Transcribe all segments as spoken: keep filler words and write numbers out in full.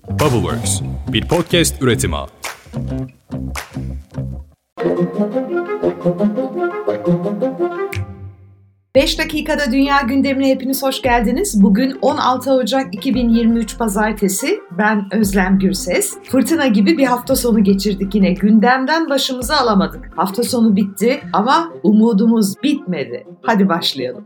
Bubbleworks, bir podcast üretimi. beş dakikada dünya gündemine hepiniz hoş geldiniz. Bugün on altı Ocak iki bin yirmi üç Pazartesi. Ben Özlem Gürses. Fırtına gibi bir hafta sonu geçirdik yine. Gündemden başımızı alamadık. Hafta sonu bitti ama umudumuz bitmedi. Hadi başlayalım.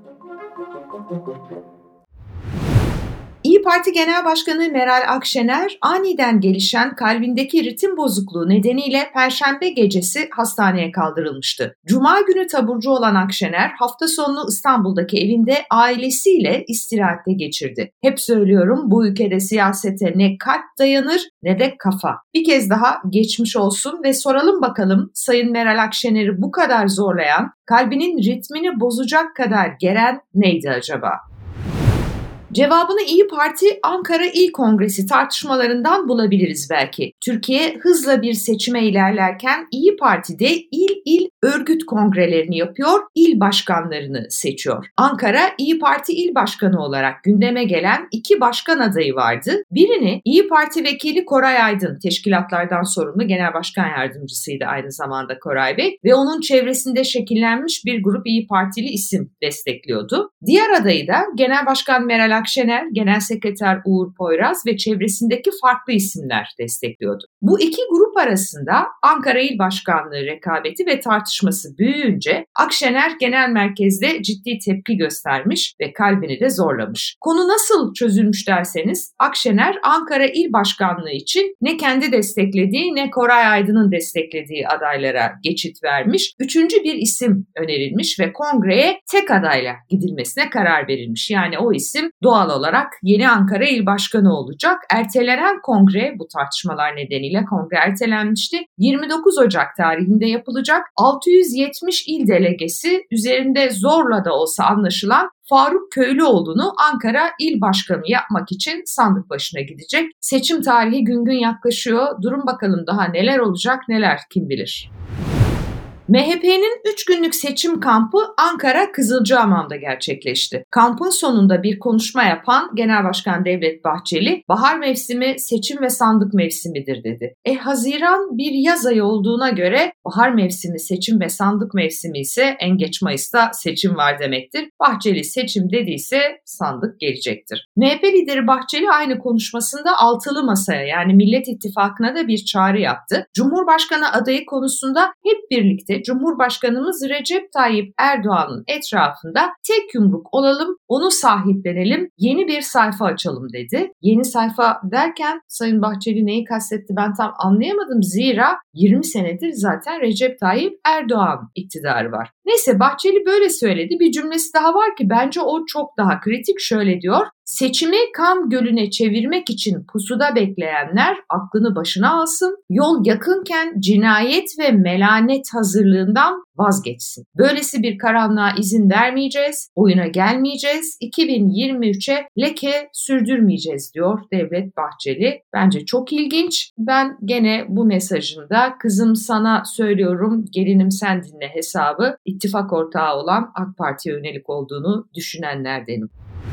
İYİ Parti Genel Başkanı Meral Akşener, aniden gelişen kalbindeki ritim bozukluğu nedeniyle Perşembe gecesi hastaneye kaldırılmıştı. Cuma günü taburcu olan Akşener, hafta sonunu İstanbul'daki evinde ailesiyle istirahatte geçirdi. Hep söylüyorum, bu ülkede siyasete ne kalp dayanır ne de kafa. Bir kez daha geçmiş olsun ve soralım bakalım Sayın Meral Akşener'i bu kadar zorlayan, kalbinin ritmini bozacak kadar geren neydi acaba? Cevabını İYİ Parti Ankara İl Kongresi tartışmalarından bulabiliriz belki. Türkiye hızla bir seçime ilerlerken İYİ Parti de il il örgüt kongrelerini yapıyor, il başkanlarını seçiyor. Ankara İYİ Parti İl Başkanı olarak gündeme gelen iki başkan adayı vardı. Birini İYİ Parti Vekili Koray Aydın, teşkilatlardan sorumlu Genel Başkan Yardımcısıydı aynı zamanda Koray Bey ve onun çevresinde şekillenmiş bir grup İYİ Partili isim destekliyordu. Diğer adayı da Genel Başkan Meral Akşener, Genel Sekreter Uğur Poyraz ve çevresindeki farklı isimler destekliyordu. Bu iki grup arasında Ankara İl Başkanlığı rekabeti ve tartışması büyüyünce Akşener genel merkezde ciddi tepki göstermiş ve kalbini de zorlamış. Konu nasıl çözülmüş derseniz Akşener Ankara İl Başkanlığı için ne kendi desteklediği ne Koray Aydın'ın desteklediği adaylara geçit vermiş. Üçüncü bir isim önerilmiş ve kongreye tek adayla gidilmesine karar verilmiş. Yani o isim doğal olarak yeni Ankara İl Başkanı olacak. Ertelenen kongre, bu tartışmalar nedeniyle kongre ertelenmişti. yirmi dokuz Ocak tarihinde yapılacak. altı yüz yetmiş il delegesi üzerinde zorla da olsa anlaşılan Faruk Köylüoğlu'nu Ankara İl Başkanı yapmak için sandık başına gidecek. Seçim tarihi gün gün yaklaşıyor. Durun bakalım daha neler olacak neler kim bilir. M H P'nin üç günlük seçim kampı Ankara Kızılcahamam'da gerçekleşti. Kampın sonunda bir konuşma yapan Genel Başkan Devlet Bahçeli, bahar mevsimi seçim ve sandık mevsimidir dedi. E Haziran bir yaz ayı olduğuna göre bahar mevsimi seçim ve sandık mevsimi ise en geç Mayıs'ta seçim var demektir. Bahçeli seçim dediyse sandık gelecektir. M H P lideri Bahçeli aynı konuşmasında altılı masaya yani Millet İttifakı'na da bir çağrı yaptı. Cumhurbaşkanı adayı konusunda hep birlikte Cumhurbaşkanımız Recep Tayyip Erdoğan'ın etrafında tek yumruk olalım, onu sahiplenelim, yeni bir sayfa açalım dedi. Yeni sayfa derken Sayın Bahçeli neyi kastetti ben tam anlayamadım. Zira yirmi senedir zaten Recep Tayyip Erdoğan iktidarı var. Neyse Bahçeli böyle söyledi. Bir cümlesi daha var ki bence o çok daha kritik. Şöyle diyor. Seçimi kan gölüne çevirmek için pusuda bekleyenler aklını başına alsın, yol yakınken cinayet ve melanet hazırlığından vazgeçsin. Böylesi bir karanlığa izin vermeyeceğiz, oyuna gelmeyeceğiz, iki bin yirmi üçe leke sürdürmeyeceğiz diyor Devlet Bahçeli. Bence çok ilginç. Ben gene bu mesajında kızım sana söylüyorum, gelinim sen dinle hesabı ittifak ortağı olan AK Parti'ye yönelik olduğunu düşünenlerdenim.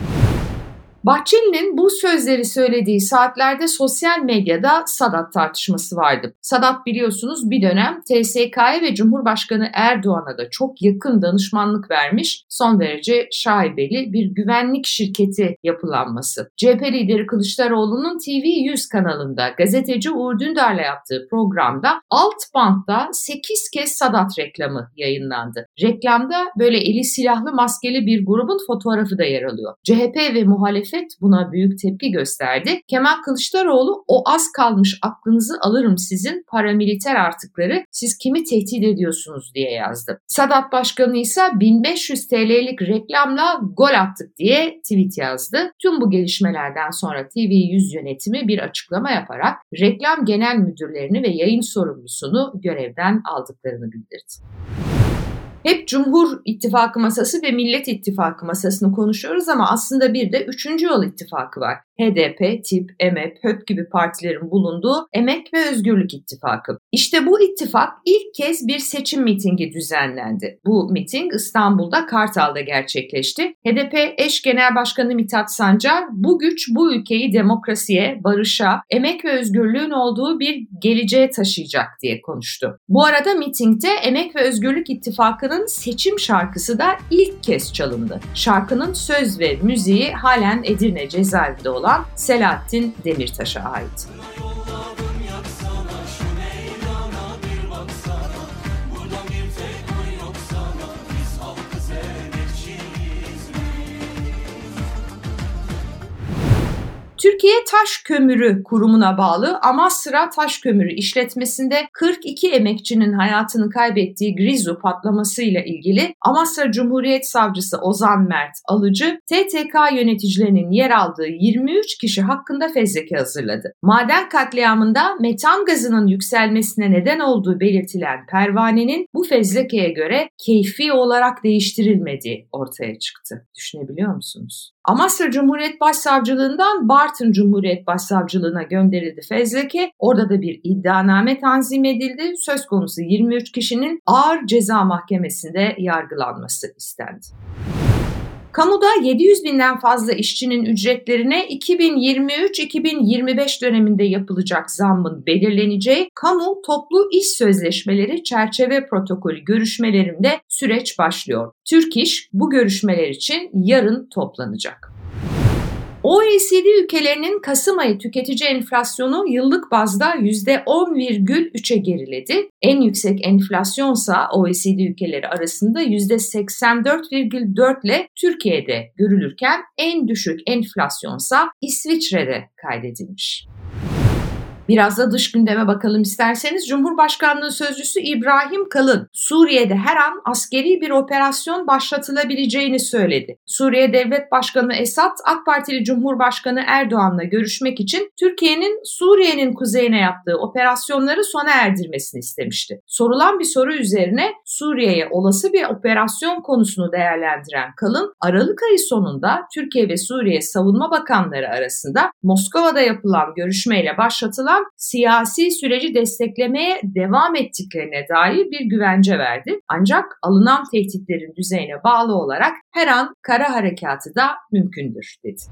Bahçeli'nin bu sözleri söylediği saatlerde sosyal medyada Sadat tartışması vardı. Sadat biliyorsunuz bir dönem T S K'ya ve Cumhurbaşkanı Erdoğan'a da çok yakın danışmanlık vermiş, son derece şaibeli bir güvenlik şirketi yapılanması. C H P lideri Kılıçdaroğlu'nun T V yüz kanalında gazeteci Uğur Dündar'la yaptığı programda alt bantta sekiz kez Sadat reklamı yayınlandı. Reklamda böyle eli silahlı maskeli bir grubun fotoğrafı da yer alıyor. C H P ve muhalefet buna büyük tepki gösterdi. Kemal Kılıçdaroğlu o az kalmış aklınızı alırım sizin paramiliter artıkları siz kimi tehdit ediyorsunuz diye yazdı. Sadat Başkanı ise bin beş yüz T L'lik reklamla gol attık diye tweet yazdı. Tüm bu gelişmelerden sonra T V yüz yönetimi bir açıklama yaparak reklam genel müdürlerini ve yayın sorumlusunu görevden aldıklarını bildirdi. Hep Cumhur İttifakı masası ve Millet İttifakı masasını konuşuyoruz ama aslında bir de üçüncü Yol İttifakı var. H D P, T İ P, E M E P, H Ö P gibi partilerin bulunduğu Emek ve Özgürlük İttifakı. İşte bu ittifak ilk kez bir seçim mitingi düzenlendi. Bu miting İstanbul'da Kartal'da gerçekleşti. H D P eş genel başkanı Mithat Sancar, bu güç bu ülkeyi demokrasiye, barışa, emek ve özgürlüğün olduğu bir geleceğe taşıyacak diye konuştu. Bu arada mitingde Emek ve Özgürlük İttifakı'nın seçim şarkısı da ilk kez çalındı. Şarkının söz ve müziği halen Edirne cezaevinde olan Selahattin Demirtaş'a ait. Türkiye Taş Kömürü Kurumu'na bağlı Amasra Taş Kömürü işletmesinde kırk iki emekçinin hayatını kaybettiği Grizu patlamasıyla ilgili Amasra Cumhuriyet Savcısı Ozan Mert Alıcı, T T K yöneticilerinin yer aldığı yirmi üç kişi hakkında fezleke hazırladı. Maden katliamında metan gazının yükselmesine neden olduğu belirtilen pervanenin bu fezlekeye göre keyfi olarak değiştirilmediği ortaya çıktı. Düşünebiliyor musunuz? Amasra Cumhuriyet Başsavcılığından Bartın Cumhuriyet Başsavcılığına gönderildi fezleke. Orada da bir iddianame tanzim edildi. Söz konusu yirmi üç kişinin ağır ceza mahkemesinde yargılanması istendi. Kamuda yedi yüz binden fazla işçinin ücretlerine iki bin yirmi üç iki bin yirmi beş döneminde yapılacak zammın belirleneceği kamu toplu iş sözleşmeleri çerçeve protokolü görüşmelerinde süreç başlıyor. Türk İş bu görüşmeler için yarın toplanacak. O E C D ülkelerinin Kasım ayı tüketici enflasyonu yıllık bazda yüzde on virgül üçe geriledi. En yüksek enflasyonsa O E C D ülkeleri arasında yüzde seksen dört virgül dört ile Türkiye'de görülürken en düşük enflasyonsa İsviçre'de kaydedilmiş. Biraz da dış gündeme bakalım isterseniz. Cumhurbaşkanlığı Sözcüsü İbrahim Kalın, Suriye'de her an askeri bir operasyon başlatılabileceğini söyledi. Suriye Devlet Başkanı Esad, AK Partili Cumhurbaşkanı Erdoğan'la görüşmek için Türkiye'nin Suriye'nin kuzeyine yaptığı operasyonları sona erdirmesini istemişti. Sorulan bir soru üzerine Suriye'ye olası bir operasyon konusunu değerlendiren Kalın, Aralık ayı sonunda Türkiye ve Suriye Savunma Bakanları arasında Moskova'da yapılan görüşmeyle başlatılan siyasi süreci desteklemeye devam ettiklerine dair bir güvence verdi. Ancak alınan tehditlerin düzeyine bağlı olarak her an kara harekatı da mümkündür dedi.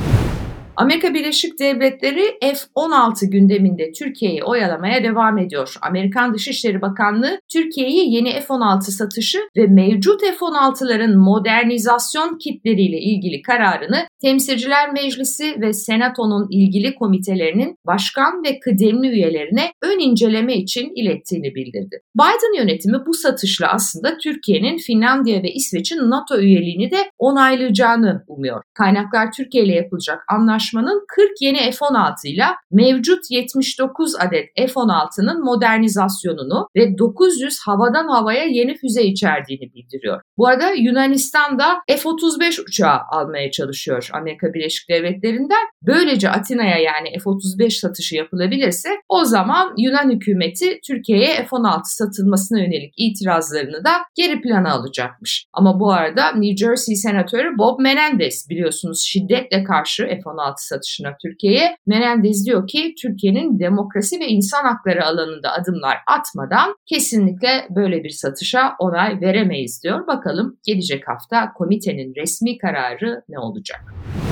Amerika Birleşik Devletleri F on altı gündeminde Türkiye'yi oyalamaya devam ediyor. Amerikan Dışişleri Bakanlığı Türkiye'yi yeni F on altı satışı ve mevcut F on altıların modernizasyon kitleriyle ilgili kararını Temsilciler Meclisi ve Senato'nun ilgili komitelerinin başkan ve kıdemli üyelerine ön inceleme için ilettiğini bildirdi. Biden yönetimi bu satışla aslında Türkiye'nin Finlandiya ve İsveç'in NATO üyeliğini de onaylayacağını umuyor. Kaynaklar Türkiye ile yapılacak anlaşmanın kırk yeni F on altı ile mevcut yetmiş dokuz adet F on altının modernizasyonunu ve dokuz yüz havadan havaya yeni füze içerdiğini bildiriyor. Bu arada Yunanistan da F otuz beş uçağı almaya çalışıyor Amerika Birleşik Devletleri'nden. Böylece Atina'ya yani F otuz beş satışı yapılabilirse o zaman Yunan hükümeti Türkiye'ye F on altı satılmasına yönelik itirazlarını da geri plana alacakmış. Ama bu arada New Jersey Senatörü Bob Menendez biliyorsunuz şiddetle karşı F on altı satışına Türkiye'ye. Menendez diyor ki Türkiye'nin demokrasi ve insan hakları alanında adımlar atmadan kesinlikle böyle bir satışa onay veremeyiz diyor. Bakalım gelecek hafta komitenin resmi kararı ne olacak?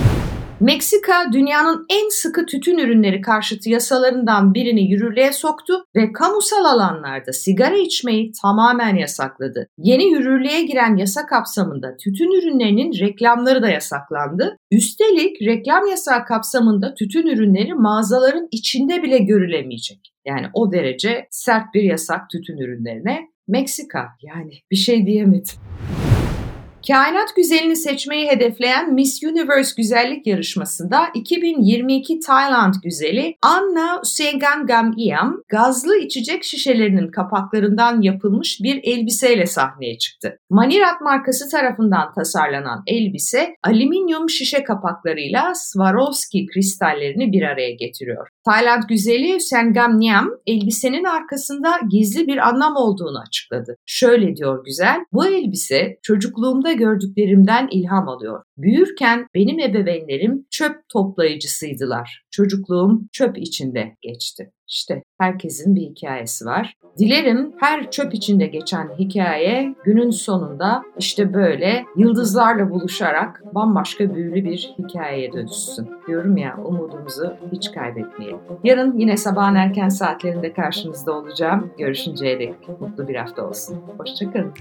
Meksika dünyanın en sıkı tütün ürünleri karşıtı yasalarından birini yürürlüğe soktu ve kamusal alanlarda sigara içmeyi tamamen yasakladı. Yeni yürürlüğe giren yasa kapsamında tütün ürünlerinin reklamları da yasaklandı. Üstelik reklam yasağı kapsamında tütün ürünleri mağazaların içinde bile görülemeyecek. Yani o derece sert bir yasak tütün ürünlerine. Meksika yani bir şey diyemedim. Kainat güzelini seçmeyi hedefleyen Miss Universe güzellik yarışmasında iki bin yirmi iki Tayland güzeli Anna Usengangamiyam gazlı içecek şişelerinin kapaklarından yapılmış bir elbiseyle sahneye çıktı. Manirat markası tarafından tasarlanan elbise alüminyum şişe kapaklarıyla Swarovski kristallerini bir araya getiriyor. Tayland güzeli Sangam Nyam, elbisenin arkasında gizli bir anlam olduğunu açıkladı. Şöyle diyor güzel, bu elbise çocukluğumda gördüklerimden ilham alıyor. Büyürken benim ebeveynlerim çöp toplayıcısıydılar. Çocukluğum çöp içinde geçti. İşte herkesin bir hikayesi var. Dilerim her çöp içinde geçen hikaye günün sonunda işte böyle yıldızlarla buluşarak bambaşka büyülü bir hikayeye dönüşsün. Diyorum ya, umudumuzu hiç kaybetmeyelim. Yarın yine sabahın erken saatlerinde karşınızda olacağım. Görüşünceye dek mutlu bir hafta olsun. Hoşçakalın.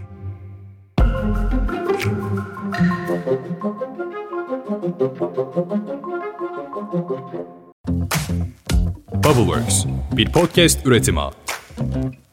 Bubbleworks, bir podcast üretimi.